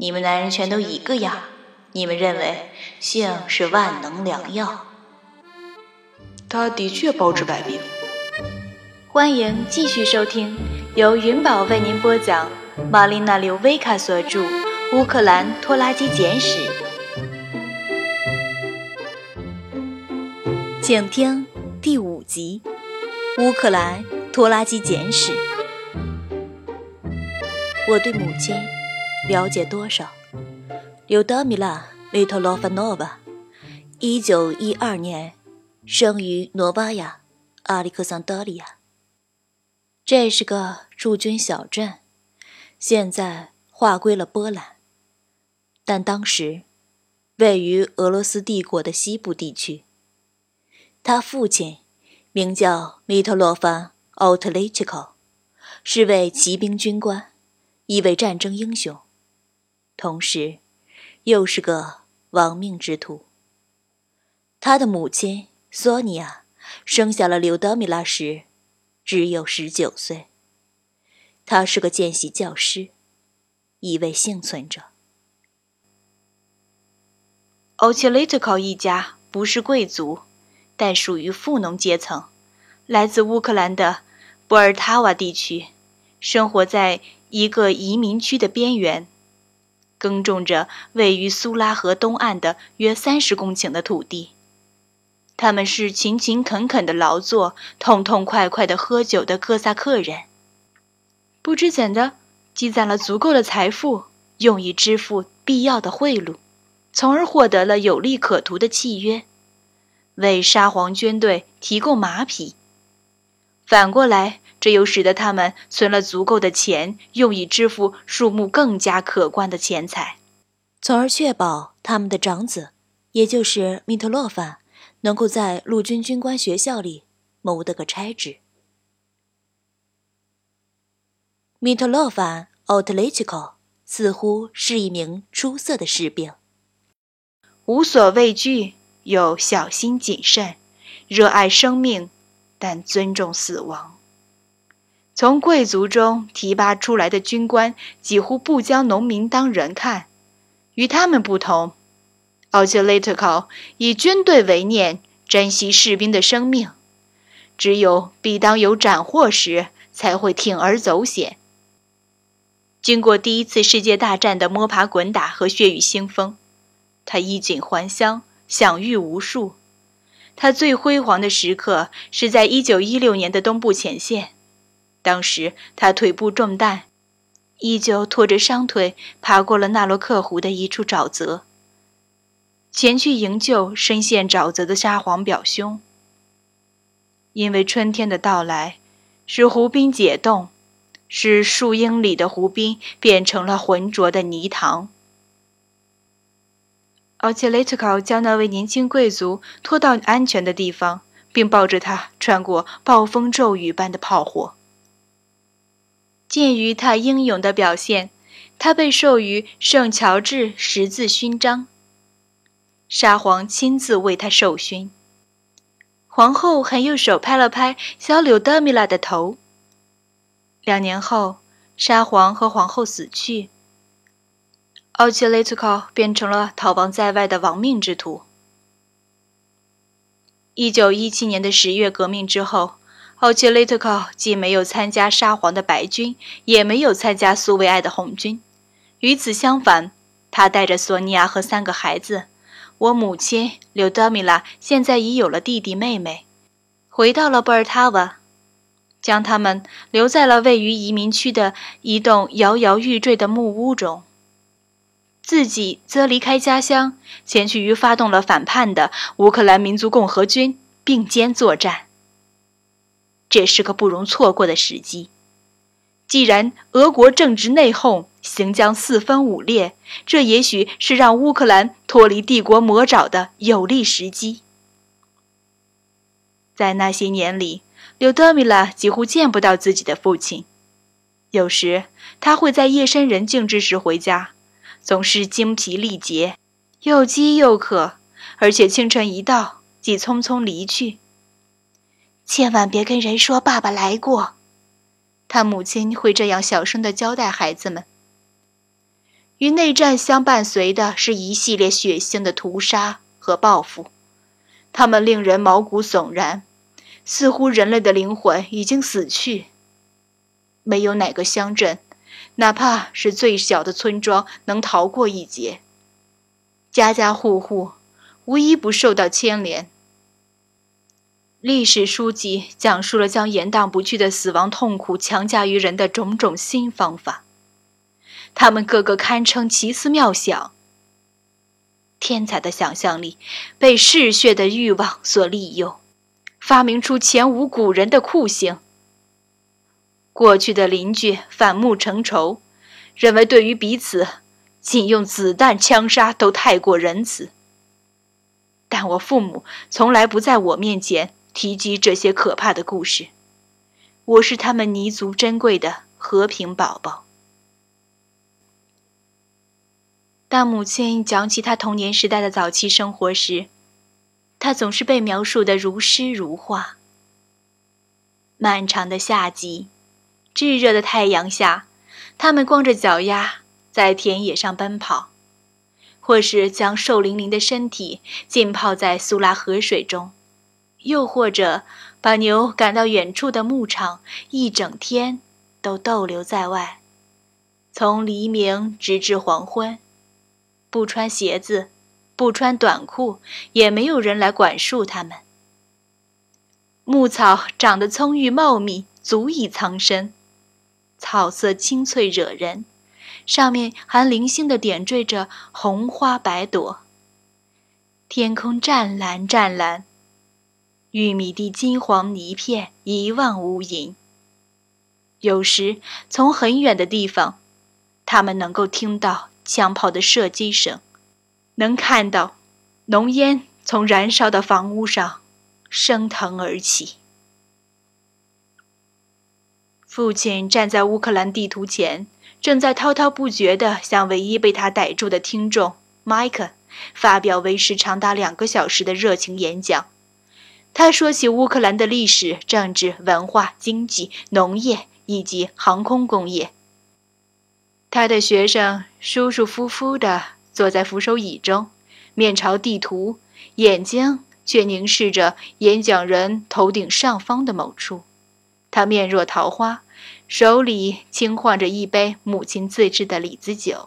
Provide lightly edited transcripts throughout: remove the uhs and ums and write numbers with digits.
你们男人全都一个样，你们认为性是万能良药。 它的确包治百病。 欢迎继续收听由云宝为您播讲玛丽娜·刘维卡所著《乌克兰拖拉机简史》，请听第5集《乌克兰拖拉机简史》。我对母亲了解多少？柳德米拉·维托洛夫诺娃，1912年生于诺瓦亚阿里克桑德利亚。这是个驻军小镇，现在划归了波兰，但当时位于俄罗斯帝国的西部地区。他父亲名叫米特洛凡·奥特雷奇科，是位骑兵军官，一位战争英雄，同时又是个亡命之徒。他的母亲索尼娅生下了柳德米拉时只有19岁。他是个见习教师，一位幸存者。欧切雷特考一家不是贵族，但属于富农阶层，来自乌克兰的波尔塔瓦地区，生活在一个移民区的边缘，耕种着位于苏拉河东岸的约30公顷的土地。他们是勤勤恳恳的劳作，痛痛快快的喝酒的哥萨克人，不知怎的积攒了足够的财富，用以支付必要的贿赂，从而获得了有利可图的契约，为沙皇军队提供马匹。反过来，这又使得他们存了足够的钱，用以支付数目更加可观的钱财，从而确保他们的长子，也就是米特洛凡，能够在陆军军官学校里谋得个差职。米特洛凡·奥特雷奇科似乎是一名出色的士兵，无所畏惧，又小心谨慎，热爱生命，但尊重死亡。从贵族中提拔出来的军官几乎不将农民当人看，与他们不同，奥切雷特考以军队为念，珍惜士兵的生命，只有必当有斩获时才会铤而走险。经过第1次世界大战的摸爬滚打和血雨腥风，他衣锦还乡，享誉无数。他最辉煌的时刻是在1916年的东部前线，当时他腿部中弹，依旧拖着伤腿爬过了纳洛克湖的一处沼泽，前去营救深陷沼泽的沙皇表兄。因为春天的到来，使湖冰解冻，使数英里的湖冰变成了浑浊的泥塘。奥切雷特考将那位年轻贵族拖到安全的地方，并抱着他穿过暴风骤雨般的炮火。鉴于他英勇的表现，他被授予圣乔治十字勋章，沙皇亲自为他授勋。皇后还用手拍了拍小柳德米拉的头。2年后，沙皇和皇后死去，奥切雷特考变成了逃亡在外的亡命之徒。1917年的10月革命之后，奥切雷特考既没有参加沙皇的白军，也没有参加苏维埃的红军。与此相反，他带着索尼娅和3个孩子，我母亲柳德米拉现在已有了弟弟妹妹，回到了波尔塔瓦，将他们留在了位于移民区的一栋摇摇欲坠的木屋中，自己则离开家乡，前去与发动了反叛的乌克兰民族共和军并肩作战。这是个不容错过的时机。既然俄国正值内讧，行将四分五裂，这也许是让乌克兰脱离帝国魔爪的有利时机。在那些年里，柳德米拉几乎见不到自己的父亲。有时他会在夜深人静之时回家，总是精疲力竭，又饥又渴，而且清晨一到即匆匆离去。千万别跟人说爸爸来过，他母亲会这样小声地交代孩子们。 与内战相伴随的是一系列血腥的屠杀和报复，它们令人毛骨悚然，似乎人类的灵魂已经死去。没有哪个乡镇，哪怕是最小的村庄，能逃过一劫。家家户户无一不受到牵连。历史书籍讲述了将延宕不去的死亡痛苦强加于人的种种新方法，他们个个堪称奇思妙想。天才的想象力被嗜血的欲望所利用，发明出前无古人的酷刑。过去的邻居反目成仇，认为对于彼此仅用子弹枪杀都太过仁慈。但我父母从来不在我面前提及这些可怕的故事，我是他们弥足珍贵的和平宝宝。当母亲讲起她童年时代的早期生活时，她总是被描述得如诗如画。漫长的夏季，炙热的太阳下，他们光着脚丫在田野上奔跑，或是将瘦伶仃的身体浸泡在苏拉河水中，又或者把牛赶到远处的牧场，一整天都逗留在外，从黎明直至黄昏，不穿鞋子，不穿短裤，也没有人来管束他们。牧草长得葱郁茂密，足以藏身，草色青翠惹人，上面还零星地点缀着红花白朵。天空湛蓝湛蓝，玉米地金黄一片，一望无垠。有时从很远的地方，他们能够听到枪炮的射击声，能看到浓烟从燃烧的房屋上升腾而起。父亲站在乌克兰地图前，正在滔滔不绝地向唯一被他逮住的听众麦克发表为时长达2个小时的热情演讲。他说起乌克兰的历史、政治、文化、经济、农业以及航空工业。他的学生舒舒服服地坐在扶手椅中，面朝地图，眼睛却凝视着演讲人头顶上方的某处。他面若桃花，手里轻晃着一杯母亲自制的李子酒。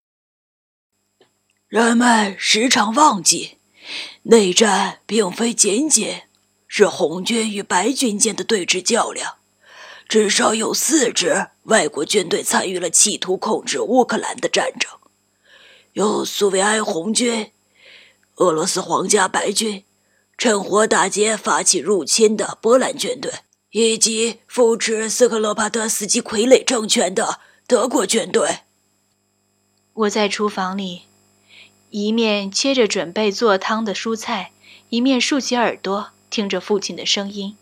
人们时常忘记，内战并非仅仅是红军与白军间的对峙较量，至少有4支外国军队参与了企图控制乌克兰的战争，有苏维埃红军、俄罗斯皇家白军、趁火打劫发起入侵的波兰军队，以及扶持斯克洛帕特斯基傀儡政权的德国军队。 我在厨房里，一面切着准备做汤的蔬菜，一面竖起耳朵听着父亲的声音。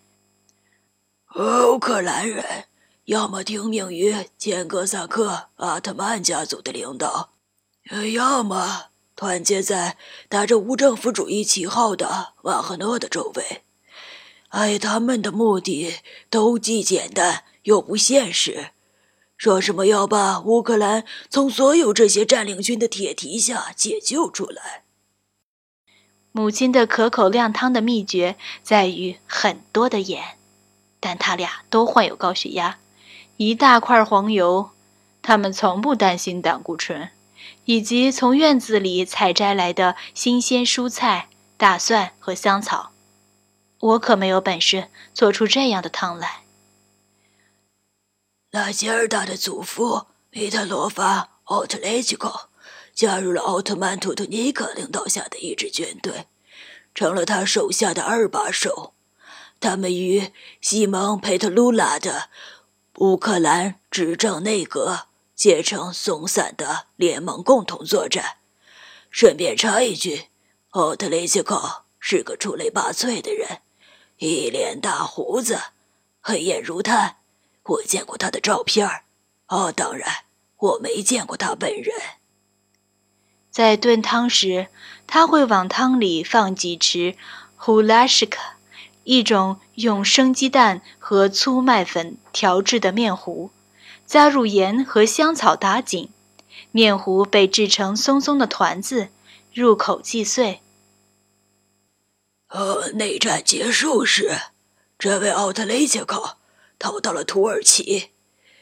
乌克兰人要么听命于前哥萨克阿特曼家族的领导，要么团结在打着无政府主义旗号的瓦赫诺的周围。他们的目的都既简单又不现实，说什么要把乌克兰从所有这些占领军的铁蹄下解救出来。 母亲的可口靓汤的秘诀在于很多的盐，但他俩都患有高血压，一大块黄油，他们从不担心胆固醇，以及从院子里采摘来的新鲜蔬菜、大蒜和香草。我可没有本事做出这样的汤来。 纳吉尔达的祖父米特罗法·奥特雷奇科加入了奥特曼图图尼克领导下的一支军队，成了他手下的2把手。他们与西蒙·佩特鲁拉的乌克兰执政内阁结成松散的联盟，共同作战。顺便插一句，奥特雷奇科是个出类拔萃的人，一脸大胡子，黑眼如炭。我见过他的照片，当然我没见过他本人。 在炖汤时，他会往汤里放几匙胡拉什克，一种用生鸡蛋和粗麦粉调制的面糊，加入盐和香草打紧， 面糊被制成松松的团子，入口即碎。 内战结束时，这位奥特雷切克逃到了土耳其。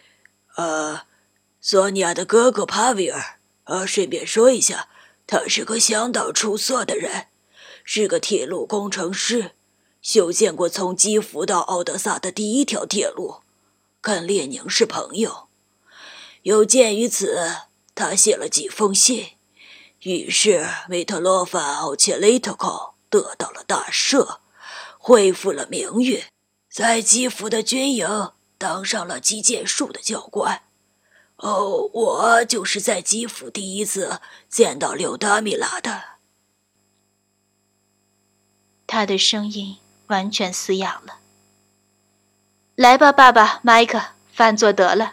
索尼娅的哥哥帕维尔，顺便说一下，他是个相当出色的人，是个铁路工程师，修建过从基辅到奥德萨的第一条铁路，跟列宁是朋友。有鉴于此，他写了几封信，于是米特洛凡·奥切雷特科得到了大赦，恢复了名誉，在基辅的军营当上了击剑术的教官。我就是在基辅第一次见到柳达米拉的。 他的声音完全嘶哑了。来吧，爸爸，麦克，饭做得了。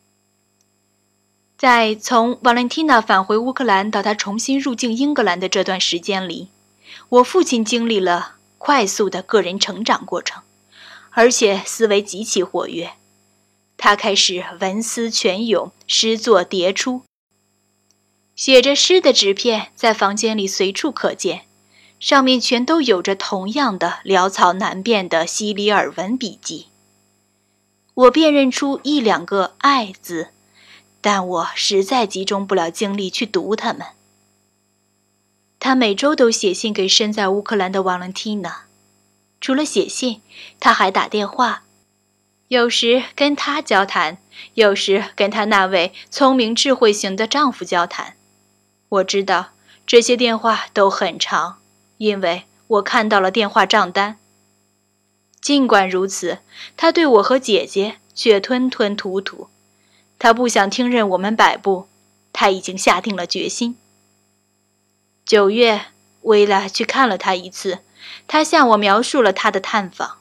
在从瓦伦蒂娜返回乌克兰到他重新入境英格兰的这段时间里，我父亲经历了快速的个人成长过程，而且思维极其活跃。他开始文思泉涌，诗作迭出，写着诗的纸片在房间里随处可见，上面全都有着同样的潦草难辨的西里尔文笔记。我辨认出一两个爱字，但我实在集中不了精力去读它们。他每周都写信给身在乌克兰的瓦伦蒂娜，除了写信，他还打电话，有时跟他交谈，有时跟他那位聪明智慧型的丈夫交谈。我知道这些电话都很长，因为我看到了电话账单。尽管如此，他对我和姐姐却吞吞吐吐。他不想听任我们摆布，他已经下定了决心。9月，薇拉去看了他一次，他向我描述了他的探访。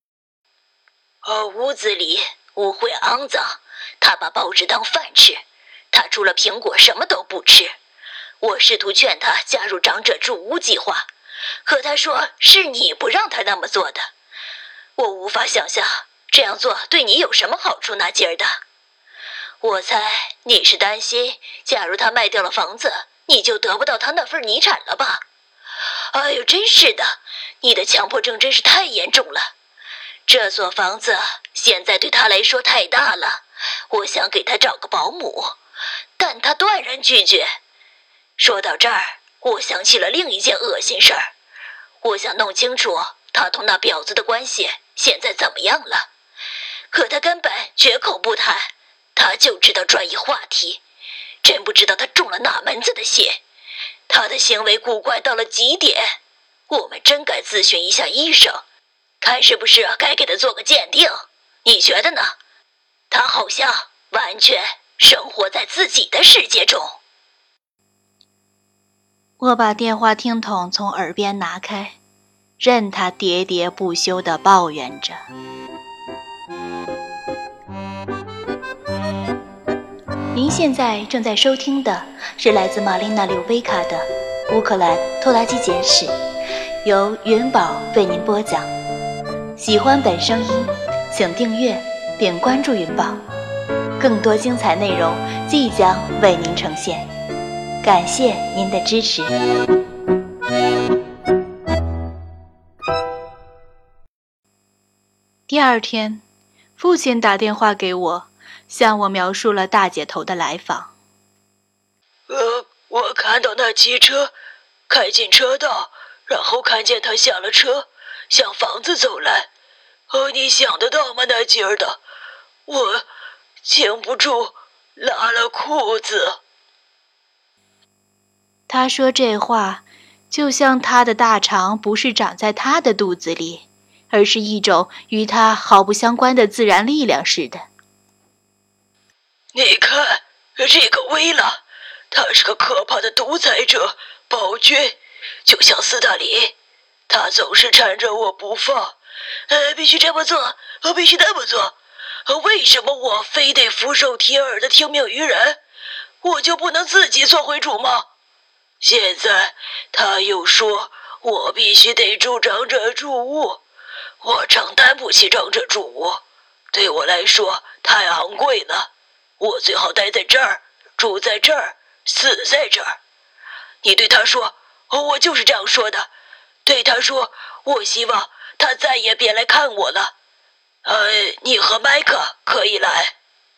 屋子里污秽肮脏，他把报纸当饭吃，他除了苹果什么都不吃。我试图劝他加入长者住屋计划，可他说是你不让他那么做的。我无法想象这样做对你有什么好处那劲儿的。我猜你是担心，假如他卖掉了房子，你就得不到他那份遗产了吧？哎呦，真是的，你的强迫症真是太严重了。这所房子现在对他来说太大了，我想给他找个保姆，但他断然拒绝。说到这儿，我想起了另一件恶心事儿。我想弄清楚他同那婊子的关系现在怎么样了，可他根本绝口不谈，他就知道转移话题，真不知道他中了哪门子的邪。他的行为古怪到了极点，我们真该咨询一下医生，看是不是该给他做个鉴定，你觉得呢？他好像完全生活在自己的世界中。 我把电话听筒从耳边拿开，任他喋喋不休地抱怨着。您现在正在收听的是来自玛丽娜·柳维卡的《乌克兰拖拉机简史》，由云宝为您播讲。喜欢本声音，请订阅并关注云宝，更多精彩内容即将为您呈现。感谢您的支持。第二天，父亲打电话给我，向我描述了大姐头的来访。 我看到那汽车开进车道，然后看见他下了车，向房子走来。你想得到吗？那劲儿的，我禁不住拉了裤子。 他说这话，就像他的大肠不是长在他的肚子里，而是一种与他毫不相关的自然力量似的。 你看，这个薇拉，他是个可怕的独裁者、暴君，就像斯大林，他总是缠着我不放。必须这么做，必须那么做。为什么我非得俯首帖耳的听命于人？我就不能自己做回主吗？现在他又说我必须得住长者住屋，我承担不起长者住屋，对我来说太昂贵了，我最好待在这儿， 住在这儿，死在这儿。你对他说，我就是这样说的。对他说，我希望他再也别来看我了。你和麦克可以来。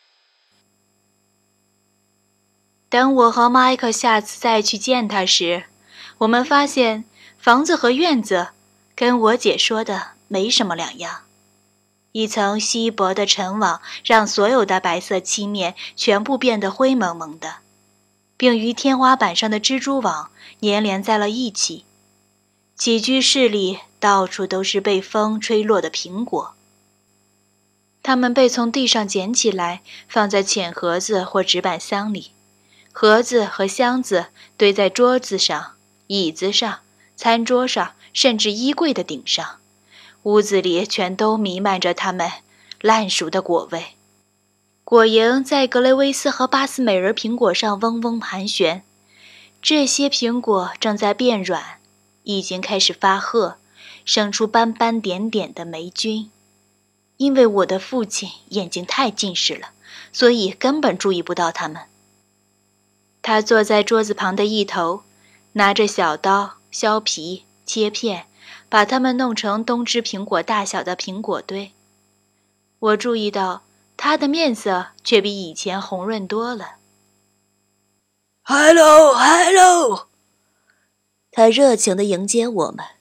等我和麦克下次再去见他时，我们发现房子和院子跟我姐说的没什么两样。一层稀薄的尘网让所有的白色漆面全部变得灰蒙蒙的，并与天花板上的蜘蛛网粘连在了一起。起居室里到处都是被风吹落的苹果，它们被从地上捡起来，放在浅盒子或纸板箱里。盒子和箱子堆在桌子上、椅子上、餐桌上，甚至衣柜的顶上。屋子里全都弥漫着它们烂熟的果味。果蝇在格雷威斯和巴斯美人苹果上嗡嗡盘旋。这些苹果正在变软，已经开始发褐，生出斑斑点点的霉菌。因为我的父亲眼睛太近视了，所以根本注意不到它们。他坐在桌子旁的一头，拿着小刀削皮切片，把它们弄成冬至苹果大小的苹果堆。我注意到他的面色却比以前红润多了。 Hello， 他热情地迎接我们。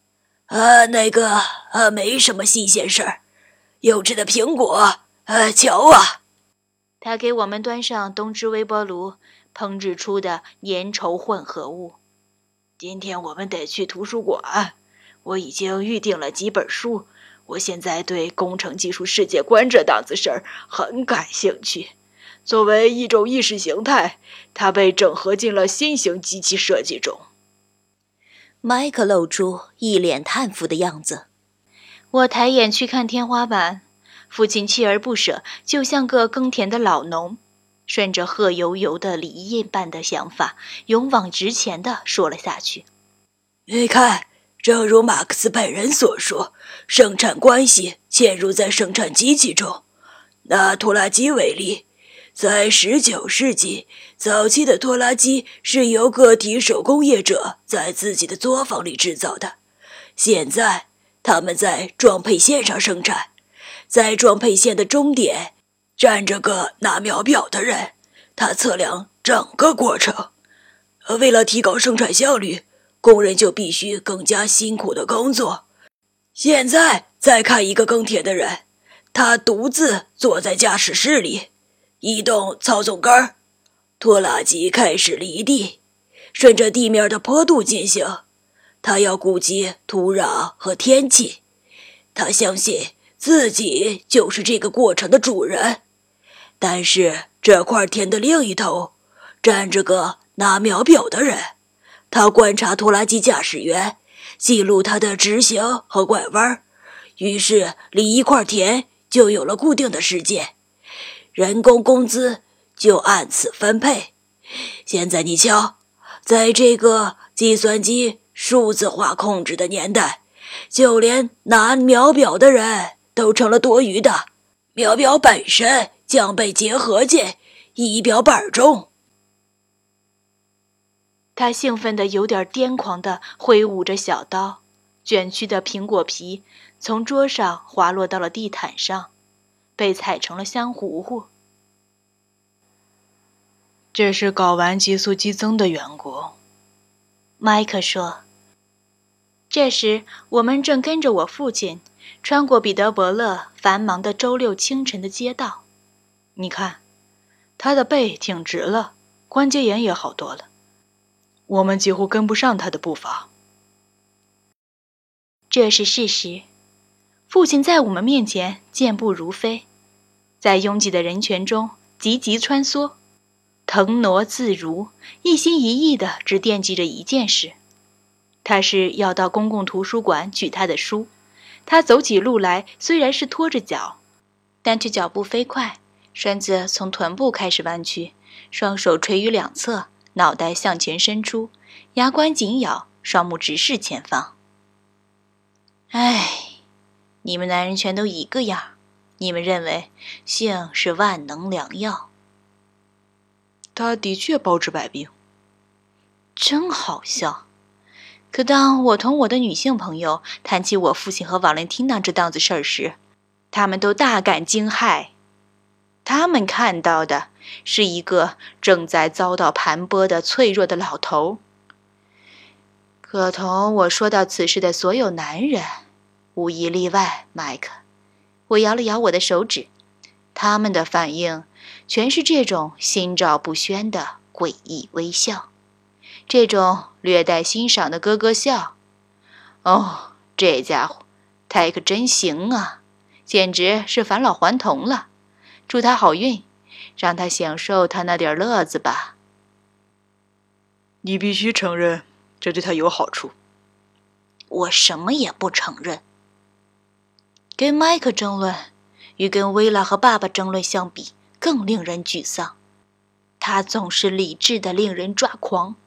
没什么新鲜事儿，有吃的苹果，瞧啊。 他给我们端上冬至微波炉烹制出的粘稠混合物。 今天我们得去图书馆，我已经预定了几本书。我现在对工程技术世界观这档子事儿很感兴趣。作为一种意识形态，它被整合进了新型机器设计中。 麦克露出一脸叹服的样子。 我抬眼去看天花板，父亲锲而不舍，就像个耕田的老农，顺着褐油油的梨印般的想法，勇往直前地说了下去。 你看，正如马克思本人所说，生产关系嵌入在生产机器中。拿拖拉机为例，在19世纪，早期的拖拉机是由个体手工业者在自己的作坊里制造的。现在，他们在装配线上生产，在装配线的终点站着个拿秒表的人，他测量整个过程。为了提高生产效率，工人就必须更加辛苦的工作。现在再看一个耕田的人，他独自坐在驾驶室里，移动操纵杆，拖拉机开始犁地，顺着地面的坡度进行。他要顾及土壤和天气，他相信自己就是这个过程的主人。但是这块田的另一头站着个拿秒表的人，他观察拖拉机驾驶员，记录他的直行和拐弯，于是犁一块田就有了固定的时间，人工工资就按此分配。现在你瞧，在这个计算机数字化控制的年代，就连拿秒表的人都成了多余的，秒表本身将被结合进仪表板中。 他兴奋得有点癫狂地挥舞着小刀，卷曲的苹果皮从桌上滑落到了地毯上，被踩成了香糊糊。 这是睾丸激素激增的缘故， 麦克说。这时我们正跟着我父亲穿过彼得伯勒繁忙的周六清晨的街道。 你看，他的背挺直了，关节炎也好多了。我们几乎跟不上他的步伐。 这是事实。父亲在我们面前健步如飞，在拥挤的人群中急急穿梭，腾挪自如，一心一意地只惦记着一件事，他是要到公共图书馆取他的书。他走起路来虽然是拖着脚，但却脚步飞快，身子从臀部开始弯曲，双手垂于两侧，脑袋向前伸出，牙关紧咬，双目直视前方。唉，你们男人全都一个样，你们认为性是万能良药。 他的确包治百病。 真好笑。可当我同我的女性朋友谈起我父亲和瓦伦汀娜这档子事儿时，他们都大感惊骇。他们看到的是一个正在遭到盘剥的脆弱的老头。可同我说到此事的所有男人，无一例外，麦克，我摇了摇我的手指，他们的反应全是这种心照不宣的诡异微笑，这种略带欣赏的咯咯笑。哦，这家伙，他可真行啊，简直是返老还童了。祝他好运，让他享受他那点乐子吧。 你必须承认，这对他有好处。 我什么也不承认。跟麦克争论，与跟薇拉和爸爸争论相比，更令人沮丧。他总是理智的令人抓狂。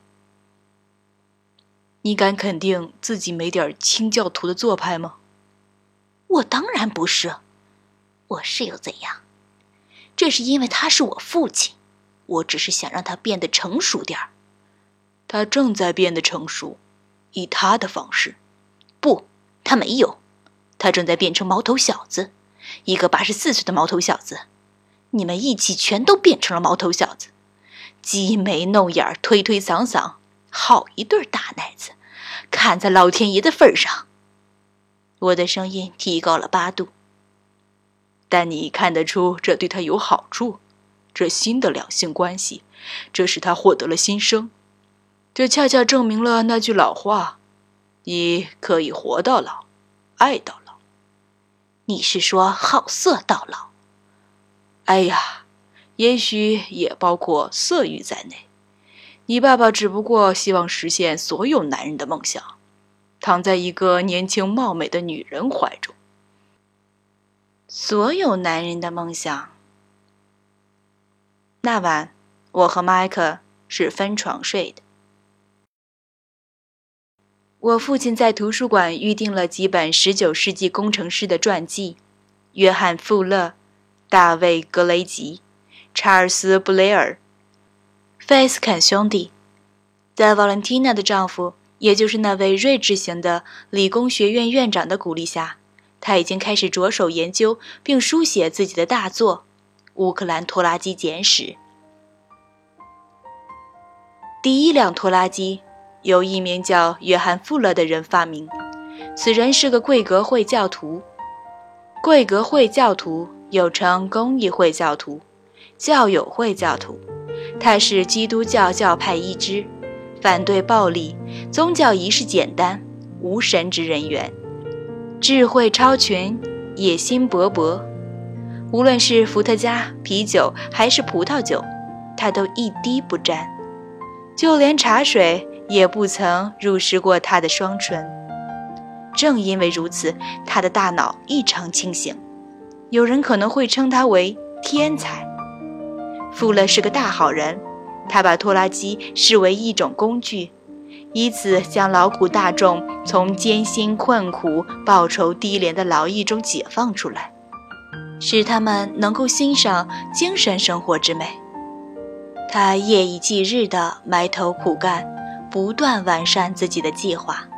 你敢肯定自己没点清教徒的做派吗？ 我当然不是。我是又怎样？这是因为他是我父亲，我只是想让他变得成熟点儿。 他正在变得成熟，以他的方式。 不，他没有。他正在变成毛头小子，一个84岁的毛头小子。你们一起全都变成了毛头小子，鸡眉弄眼，推推搡搡，好一对大奶子，看在老天爷的份上。我的声音提高了8度。 但你看得出这对他有好处，这新的两性关系，这使他获得了新生。这恰恰证明了那句老话，你可以活到老，爱到老。 你是说好色到老？ 哎呀，也许也包括色欲在内。你爸爸只不过希望实现所有男人的梦想，躺在一个年轻貌美的女人怀中。 所有男人的梦想。那晚，我和麦克是分床睡的。我父亲在图书馆预订了几本19世纪工程师的传记，约翰·富勒、大卫·格雷吉、查尔斯·布雷尔、费斯肯兄弟。在瓦伦蒂娜的丈夫，也就是那位睿智型的理工学院院长的鼓励下，他已经开始着手研究并书写自己的大作《乌克兰拖拉机简史》。第一辆拖拉机由一名叫约翰·富勒的人发明，此人是个贵格会教徒。贵格会教徒又称公益会教徒、教友会教徒，他是基督教教派一支，反对暴力，宗教仪式简单，无神职人员，智慧超群，野心勃勃。无论是伏特加、啤酒还是葡萄酒，他都一滴不沾，就连茶水也不曾入湿过他的双唇。正因为如此，他的大脑异常清醒，有人可能会称他为天才。富勒是个大好人，他把拖拉机视为一种工具，以此将劳苦大众从艰辛困苦、报酬低廉的劳役中解放出来，使他们能够欣赏精神生活之美。他夜以继日地埋头苦干，不断完善自己的计划。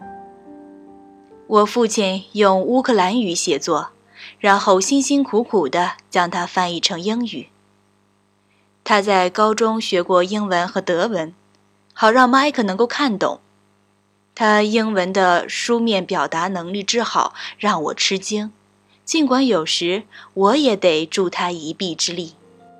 我父亲用乌克兰语写作，然后辛辛苦苦地将它翻译成英语。他在高中学过英文和德文，好让麦克能够看懂。他英文的书面表达能力之好让我吃惊，尽管有时我也得助他一臂之力。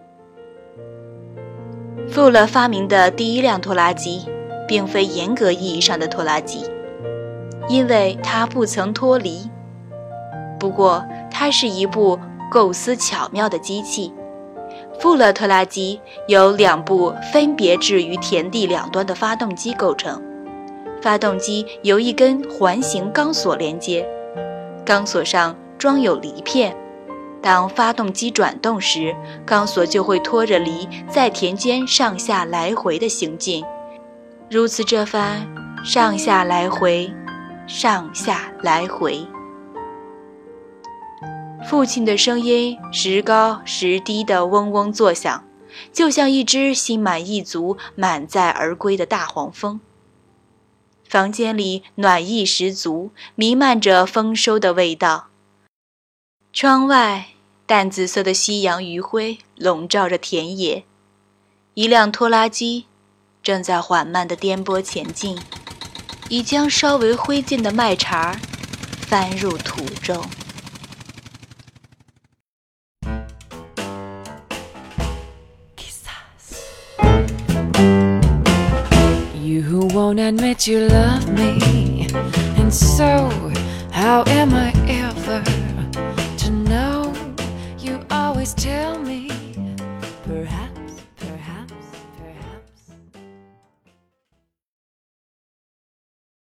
富勒发明的第一辆拖拉机并非严格意义上的拖拉机，因为它不曾脱离。不过它是一部构思巧妙的机器。富勒拖拉机由2部分别置于田地两端的发动机构成，发动机由一根环形钢索连接，钢索上装有犁片。当发动机转动时，钢索就会拖着犁在田间上下来回的行进，如此这番上下来回，上下来回。父亲的声音时高时低地嗡嗡作响， 就像一只心满意足、满载而归的大黄蜂。房间里暖意十足，弥漫着丰收的味道。窗外，淡紫色的夕阳余晖笼罩着田野。一辆拖拉机正在缓慢地颠簸前进，已将稍微灰烬的麦茬翻入土中。 You won't admit you love me, and so how am